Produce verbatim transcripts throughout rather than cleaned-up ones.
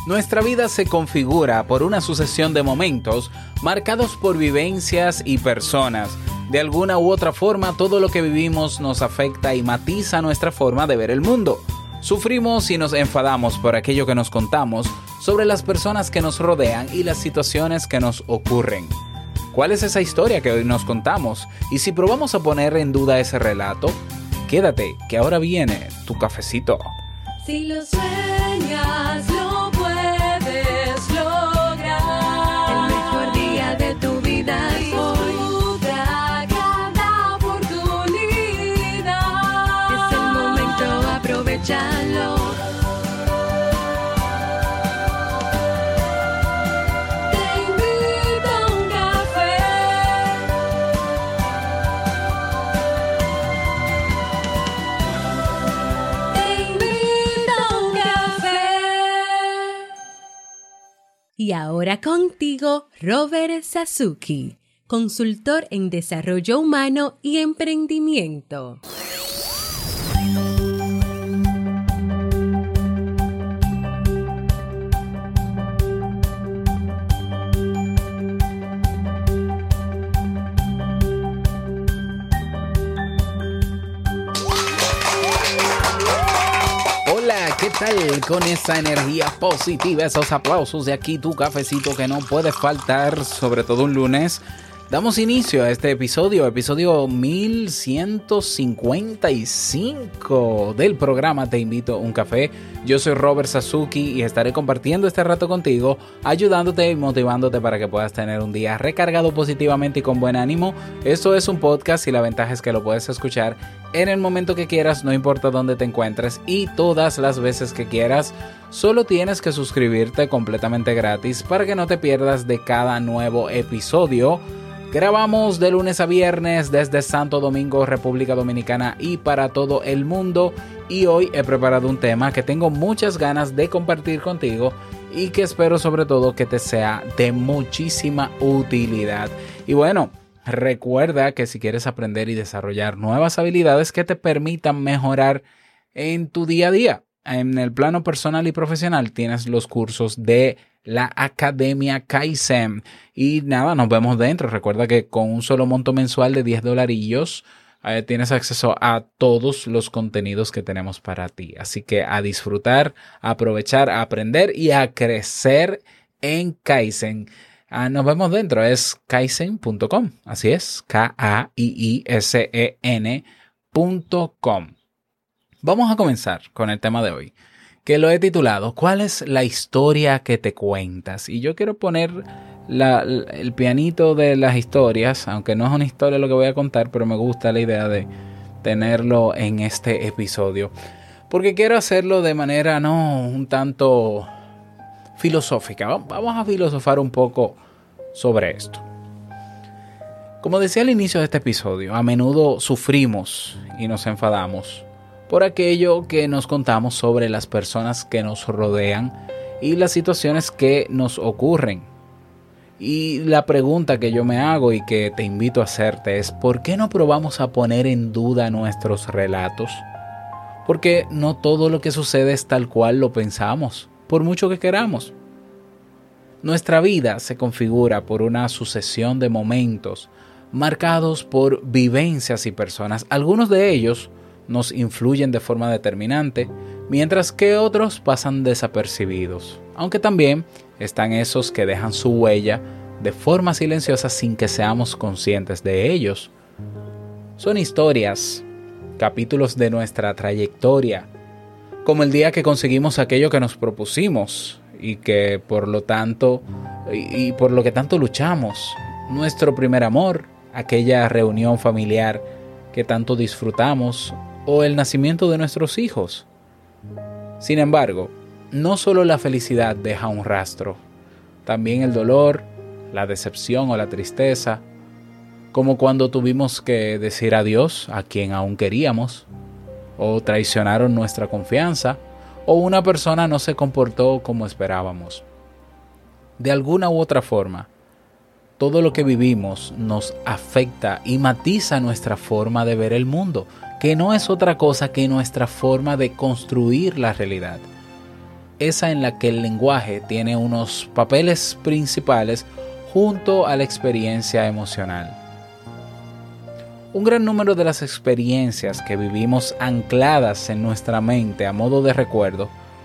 Nuestra vida se configura por una sucesión de momentos marcados por vivencias y personas. De alguna u otra forma, todo lo que vivimos nos afecta y matiza nuestra forma de ver el mundo. Sufrimos y nos enfadamos por aquello que nos contamos sobre las personas que nos rodean y las situaciones que nos ocurren. ¿Cuál es esa historia que hoy nos contamos? Y si probamos a poner en duda ese relato, quédate, que ahora viene tu cafecito. Si lo sueñas, lo puedes lograr. El mejor día de tu vida es hoy. Disfruta cada oportunidad. Es el momento, aprovechalo. Y ahora contigo, Robert Sasuki, consultor en desarrollo humano y emprendimiento. ¿Qué tal con esa energía positiva, esos aplausos de aquí, tu cafecito que no puede faltar, sobre todo un lunes? Damos inicio a este episodio, episodio mil ciento cincuenta y cinco del programa Te Invito a un Café. Yo soy Robert Sasuki y estaré compartiendo este rato contigo, ayudándote y motivándote para que puedas tener un día recargado positivamente y con buen ánimo. Esto es un podcast y la ventaja es que lo puedes escuchar en el momento que quieras, no importa dónde te encuentres y todas las veces que quieras. Solo tienes que suscribirte completamente gratis para que no te pierdas de cada nuevo episodio. Grabamos de lunes a viernes desde Santo Domingo, República Dominicana y para todo el mundo. Y hoy he preparado un tema que tengo muchas ganas de compartir contigo y que espero sobre todo que te sea de muchísima utilidad. Y bueno, recuerda que si quieres aprender y desarrollar nuevas habilidades que te permitan mejorar en tu día a día, en el plano personal y profesional, tienes los cursos de la Academia Kaizen. Y nada, nos vemos dentro. Recuerda que con un solo monto mensual de diez dolarillos eh, tienes acceso a todos los contenidos que tenemos para ti. Así que a disfrutar, a aprovechar, a aprender y a crecer en Kaizen. Ah, nos vemos dentro. Es kaizen punto com. Así es. K A I I S E N punto com. Vamos a comenzar con el tema de hoy, que lo he titulado ¿Cuál es la historia que te cuentas? Y yo quiero poner la, el pianito de las historias, aunque no es una historia lo que voy a contar, pero me gusta la idea de tenerlo en este episodio, porque quiero hacerlo de manera no un tanto filosófica. Vamos a filosofar un poco sobre esto. Como decía al inicio de este episodio, a menudo sufrimos y nos enfadamos por aquello que nos contamos sobre las personas que nos rodean y las situaciones que nos ocurren. Y la pregunta que yo me hago y que te invito a hacerte es: ¿por qué no probamos a poner en duda nuestros relatos? Porque no todo lo que sucede es tal cual lo pensamos, por mucho que queramos. Nuestra vida se configura por una sucesión de momentos marcados por vivencias y personas. Algunos de ellos nos influyen de forma determinante, mientras que otros pasan desapercibidos, aunque también están esos que dejan su huella de forma silenciosa sin que seamos conscientes de ellos. Son historias, capítulos de nuestra trayectoria, como el día que conseguimos aquello que nos propusimos y que por lo tanto y, y por lo que tanto luchamos, nuestro primer amor, aquella reunión familiar que tanto disfrutamos, o el nacimiento de nuestros hijos. Sin embargo, no solo la felicidad deja un rastro, también el dolor, la decepción o la tristeza, como cuando tuvimos que decir adiós a quien aún queríamos, o traicionaron nuestra confianza, o una persona no se comportó como esperábamos. De alguna u otra forma, todo lo que vivimos nos afecta y matiza nuestra forma de ver el mundo, que no es otra cosa que nuestra forma de construir la realidad. esa en la que el lenguaje tiene unos papeles principales junto a la experiencia emocional. Un gran número de las experiencias que vivimos ancladas en nuestra mente a modo de recuerdo,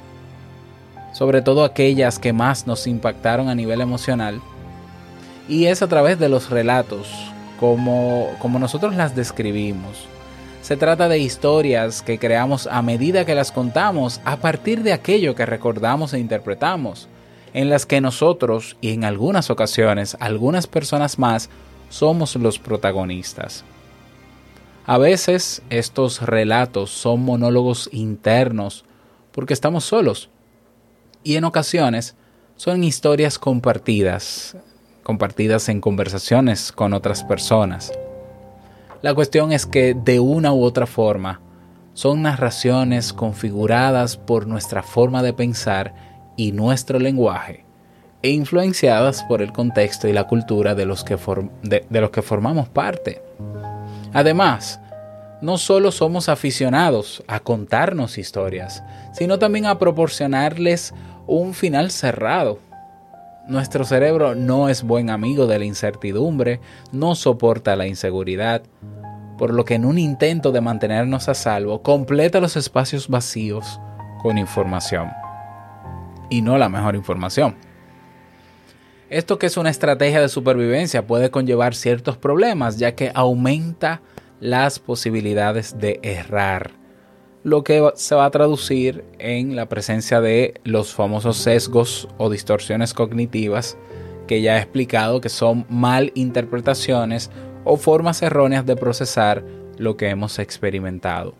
sobre todo aquellas que más nos impactaron a nivel emocional, y es a través de los relatos, como, como nosotros las describimos. Se trata de historias que creamos a medida que las contamos a partir de aquello que recordamos e interpretamos, en las que nosotros, y en algunas ocasiones algunas personas más, somos los protagonistas. A veces estos relatos son monólogos internos porque estamos solos, y en ocasiones son historias compartidas, compartidas en conversaciones con otras personas. La cuestión es que de una u otra forma son narraciones configuradas por nuestra forma de pensar y nuestro lenguaje, e influenciadas por el contexto y la cultura de los que, form- de, de los que formamos parte. Además, no solo somos aficionados a contarnos historias, sino también a proporcionarles un final cerrado. Nuestro cerebro no es buen amigo de la incertidumbre, no soporta la inseguridad, por lo que en un intento de mantenernos a salvo, completa los espacios vacíos con información. Y no la mejor información. Esto, que es una estrategia de supervivencia, puede conllevar ciertos problemas, ya que aumenta las posibilidades de errar, lo que se va a traducir en la presencia de los famosos sesgos o distorsiones cognitivas, que ya he explicado que son malinterpretaciones o formas erróneas de procesar lo que hemos experimentado.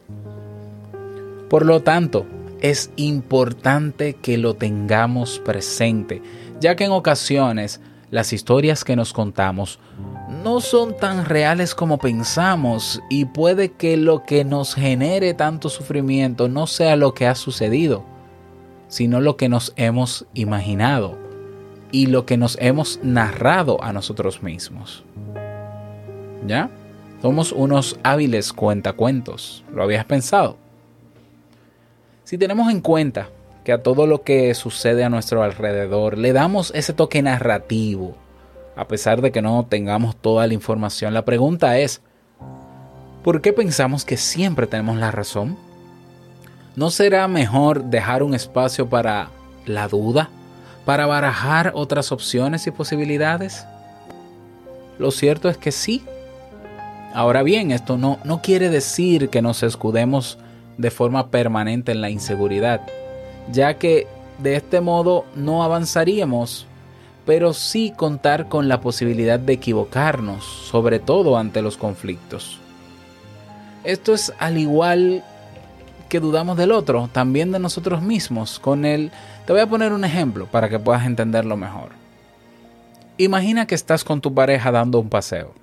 Por lo tanto, es importante que lo tengamos presente, ya que en ocasiones las historias que nos contamos no son tan reales como pensamos, y puede que lo que nos genere tanto sufrimiento no sea lo que ha sucedido, sino lo que nos hemos imaginado y lo que nos hemos narrado a nosotros mismos. ¿Ya? Somos unos hábiles cuentacuentos. ¿Lo habías pensado? Si tenemos en cuenta que a todo lo que sucede a nuestro alrededor le damos ese toque narrativo, a pesar de que no tengamos toda la información, la pregunta es, ¿por qué pensamos que siempre tenemos la razón? ¿No será mejor dejar un espacio para la duda, para barajar otras opciones y posibilidades? Lo cierto es que sí. Ahora bien, esto no, no quiere decir que nos escudemos de forma permanente en la inseguridad, ya que de este modo no avanzaríamos, pero sí contar con la posibilidad de equivocarnos, sobre todo ante los conflictos. Esto es al igual que dudamos del otro, también de nosotros mismos. Con el, te voy a poner un ejemplo para que puedas entenderlo mejor. Imagina que estás con tu pareja dando un paseo.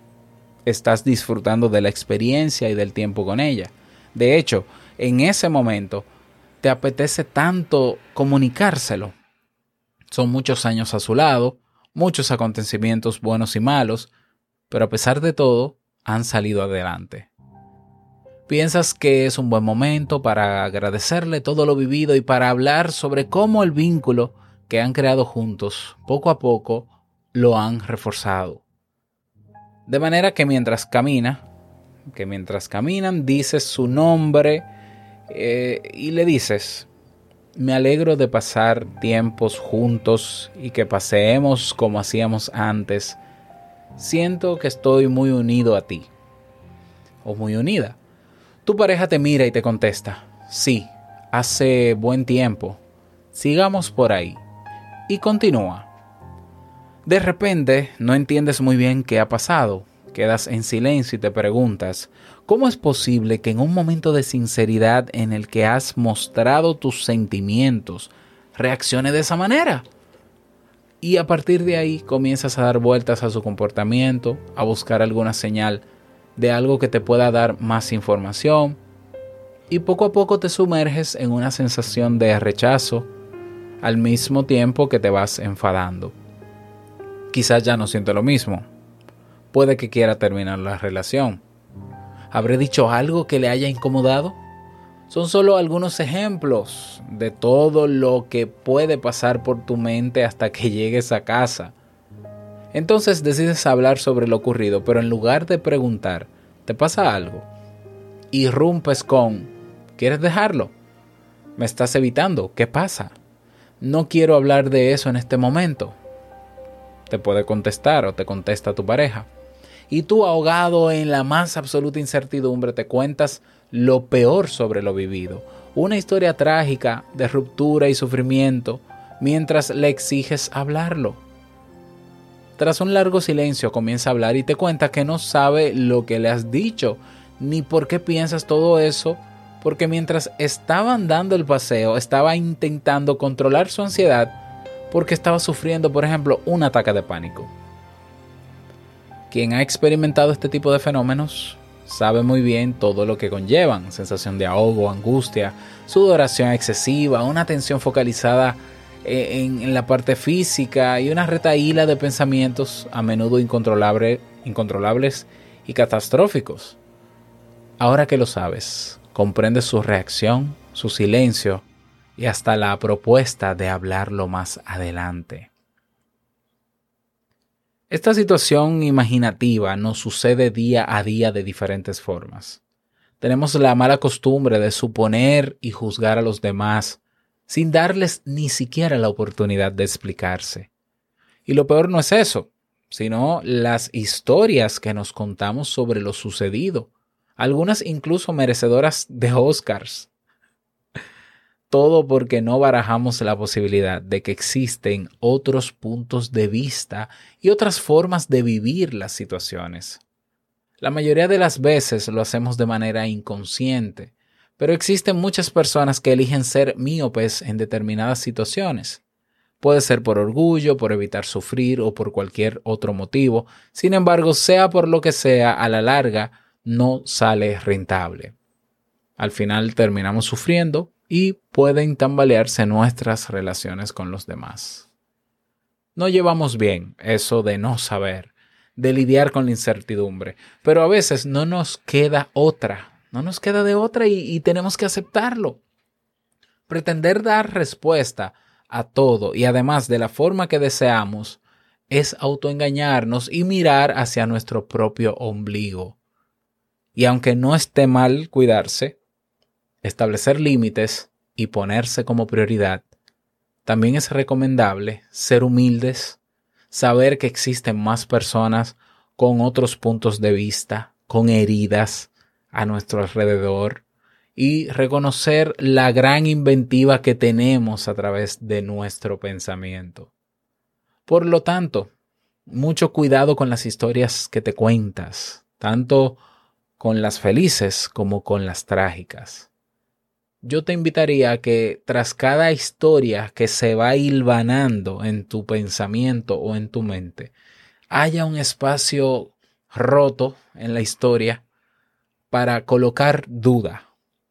Estás disfrutando de la experiencia y del tiempo con ella. De hecho, en ese momento te apetece tanto comunicárselo. Son muchos años a su lado, muchos acontecimientos buenos y malos, pero a pesar de todo, han salido adelante. Piensas que es un buen momento para agradecerle todo lo vivido y para hablar sobre cómo el vínculo que han creado juntos, poco a poco, lo han reforzado. De manera que mientras camina, que mientras caminan, dices su nombre eh, y le dices: me alegro de pasar tiempos juntos y que paseemos como hacíamos antes. Siento que estoy muy unido a ti. O muy unida. Tu pareja te mira y te contesta: sí, hace buen tiempo. Sigamos por ahí. Y continúa. De repente no entiendes muy bien qué ha pasado. Quedas en silencio y te preguntas: ¿cómo es posible que en un momento de sinceridad en el que has mostrado tus sentimientos reaccione de esa manera? Y a partir de ahí comienzas a dar vueltas a su comportamiento, a buscar alguna señal de algo que te pueda dar más información, y poco a poco te sumerges en una sensación de rechazo al mismo tiempo que te vas enfadando. Quizás ya no siente lo mismo. Puede que quiera terminar la relación. ¿Habré dicho algo que le haya incomodado? Son solo algunos ejemplos de todo lo que puede pasar por tu mente hasta que llegues a casa. Entonces decides hablar sobre lo ocurrido, pero en lugar de preguntar, ¿te pasa algo?, irrumpes con, ¿quieres dejarlo? ¿Me estás evitando? ¿Qué pasa? No quiero hablar de eso en este momento. Te puede contestar o te contesta tu pareja. Y tú, ahogado en la más absoluta incertidumbre, te cuentas lo peor sobre lo vivido. Una historia trágica de ruptura y sufrimiento mientras le exiges hablarlo. Tras un largo silencio comienza a hablar y te cuenta que no sabe lo que le has dicho ni por qué piensas todo eso, porque mientras estaban dando el paseo estaba intentando controlar su ansiedad porque estaba sufriendo, por ejemplo, un ataque de pánico. Quien ha experimentado este tipo de fenómenos sabe muy bien todo lo que conllevan: sensación de ahogo, angustia, sudoración excesiva, una tensión focalizada en, en la parte física y una retahíla de pensamientos a menudo incontrolable, incontrolables y catastróficos. Ahora que lo sabes, comprendes su reacción, su silencio y hasta la propuesta de hablarlo más adelante. Esta situación imaginativa nos sucede día a día de diferentes formas. Tenemos la mala costumbre de suponer y juzgar a los demás sin darles ni siquiera la oportunidad de explicarse. Y lo peor no es eso, sino las historias que nos contamos sobre lo sucedido, algunas incluso merecedoras de Oscars. Todo porque no barajamos la posibilidad de que existen otros puntos de vista y otras formas de vivir las situaciones. La mayoría de las veces lo hacemos de manera inconsciente, pero existen muchas personas que eligen ser míopes en determinadas situaciones. Puede ser por orgullo, por evitar sufrir o por cualquier otro motivo. Sin embargo, sea por lo que sea, a la larga no sale rentable. Al final terminamos sufriendo y pueden tambalearse nuestras relaciones con los demás. No llevamos bien eso de no saber, de lidiar con la incertidumbre, pero a veces no nos queda otra, no nos queda de otra y, y tenemos que aceptarlo. Pretender dar respuesta a todo y además de la forma que deseamos es autoengañarnos y mirar hacia nuestro propio ombligo. Y aunque no esté mal cuidarse, establecer límites y ponerse como prioridad, también es recomendable ser humildes, saber que existen más personas con otros puntos de vista, con heridas a nuestro alrededor y reconocer la gran inventiva que tenemos a través de nuestro pensamiento. Por lo tanto, mucho cuidado con las historias que te cuentas, tanto con las felices como con las trágicas. Yo te invitaría a que tras cada historia que se va hilvanando en tu pensamiento o en tu mente, haya un espacio roto en la historia para colocar duda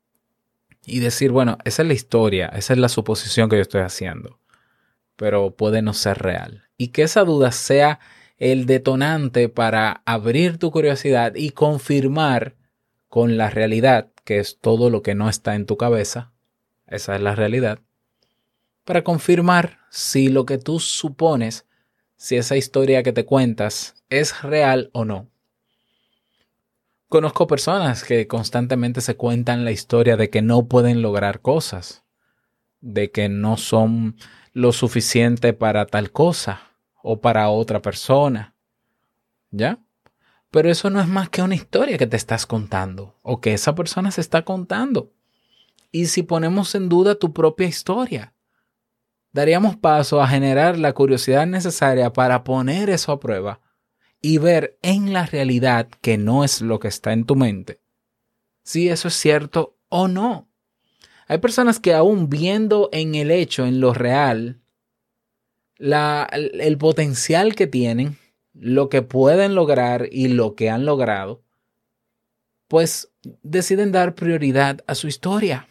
y decir, bueno, esa es la historia, esa es la suposición que yo estoy haciendo, pero puede no ser real. Y que esa duda sea el detonante para abrir tu curiosidad y confirmar con la realidad, que es todo lo que no está en tu cabeza, esa es la realidad, para confirmar si lo que tú supones, si esa historia que te cuentas es real o no. Conozco personas que constantemente se cuentan la historia de que no pueden lograr cosas, de que no son lo suficiente para tal cosa o para otra persona, ¿ya? Pero eso no es más que una historia que te estás contando o que esa persona se está contando. Y si ponemos en duda tu propia historia, daríamos paso a generar la curiosidad necesaria para poner eso a prueba y ver en la realidad, que no es lo que está en tu mente, si eso es cierto o no. Hay personas que aún viendo en el hecho, en lo real, la, el, el potencial que tienen, lo que pueden lograr y lo que han logrado, pues deciden dar prioridad a su historia.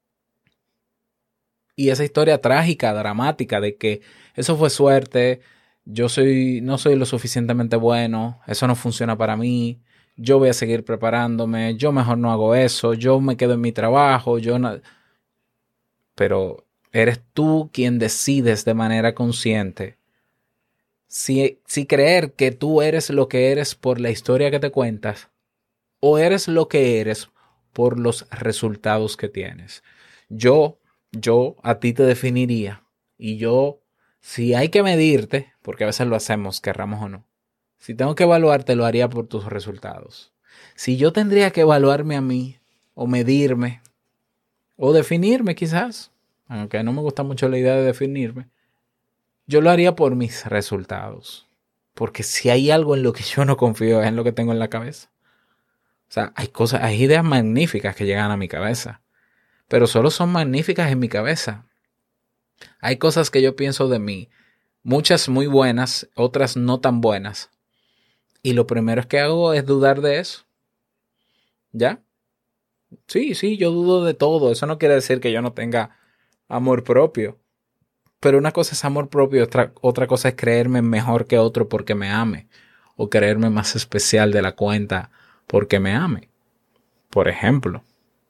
Y esa historia trágica, dramática, de que eso fue suerte, yo soy, no soy lo suficientemente bueno, eso no funciona para mí, yo voy a seguir preparándome, yo mejor no hago eso, yo me quedo en mi trabajo, yo no... Pero eres tú quien decides de manera consciente si, si creer que tú eres lo que eres por la historia que te cuentas o eres lo que eres por los resultados que tienes. Yo, yo a ti te definiría y yo, si hay que medirte, porque a veces lo hacemos, querramos o no, si tengo que evaluarte, lo haría por tus resultados. Si yo tendría que evaluarme a mí o medirme o definirme quizás, aunque no me gusta mucho la idea de definirme, yo lo haría por mis resultados. Porque si hay algo en lo que yo no confío es en lo que tengo en la cabeza. O sea, hay cosas, hay ideas magníficas que llegan a mi cabeza, pero solo son magníficas en mi cabeza. Hay cosas que yo pienso de mí, muchas muy buenas, otras no tan buenas. Y lo primero que hago es dudar de eso. ¿Ya? Sí, sí, yo dudo de todo. Eso no quiere decir que yo no tenga amor propio. Pero una cosa es amor propio, otra, otra cosa es creerme mejor que otro porque me ame. O creerme más especial de la cuenta porque me ame. Por ejemplo.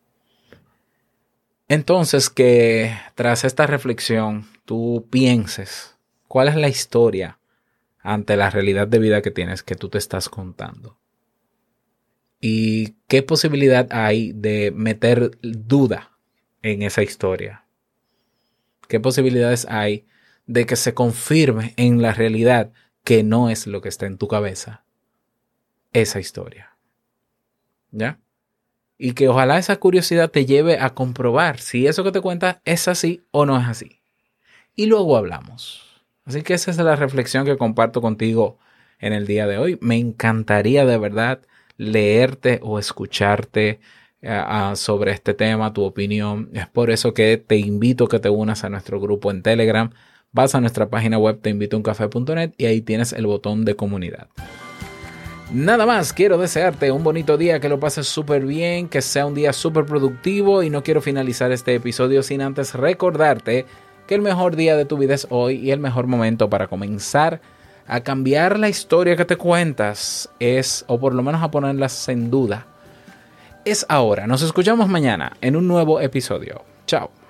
Entonces que tras esta reflexión tú pienses cuál es la historia ante la realidad de vida que tienes que tú te estás contando. ¿Y qué posibilidad hay de meter duda en esa historia? ¿Qué posibilidades hay de que se confirme en la realidad que no es lo que está en tu cabeza? Esa historia. ¿Ya? Y que ojalá esa curiosidad te lleve a comprobar si eso que te cuentas es así o no es así. Y luego hablamos. Así que esa es la reflexión que comparto contigo en el día de hoy. Me encantaría de verdad leerte o escucharte uh, uh, sobre este tema, tu opinión. Es por eso que te invito a que te unas a nuestro grupo en Telegram. Vas a nuestra página web te invito a un café punto net y ahí tienes el botón de comunidad. Nada más, quiero desearte un bonito día, que lo pases súper bien, que sea un día súper productivo y no quiero finalizar este episodio sin antes recordarte que el mejor día de tu vida es hoy y el mejor momento para comenzar a cambiar la historia que te cuentas es, o por lo menos a ponerlas en duda, es ahora. Nos escuchamos mañana en un nuevo episodio. Chao.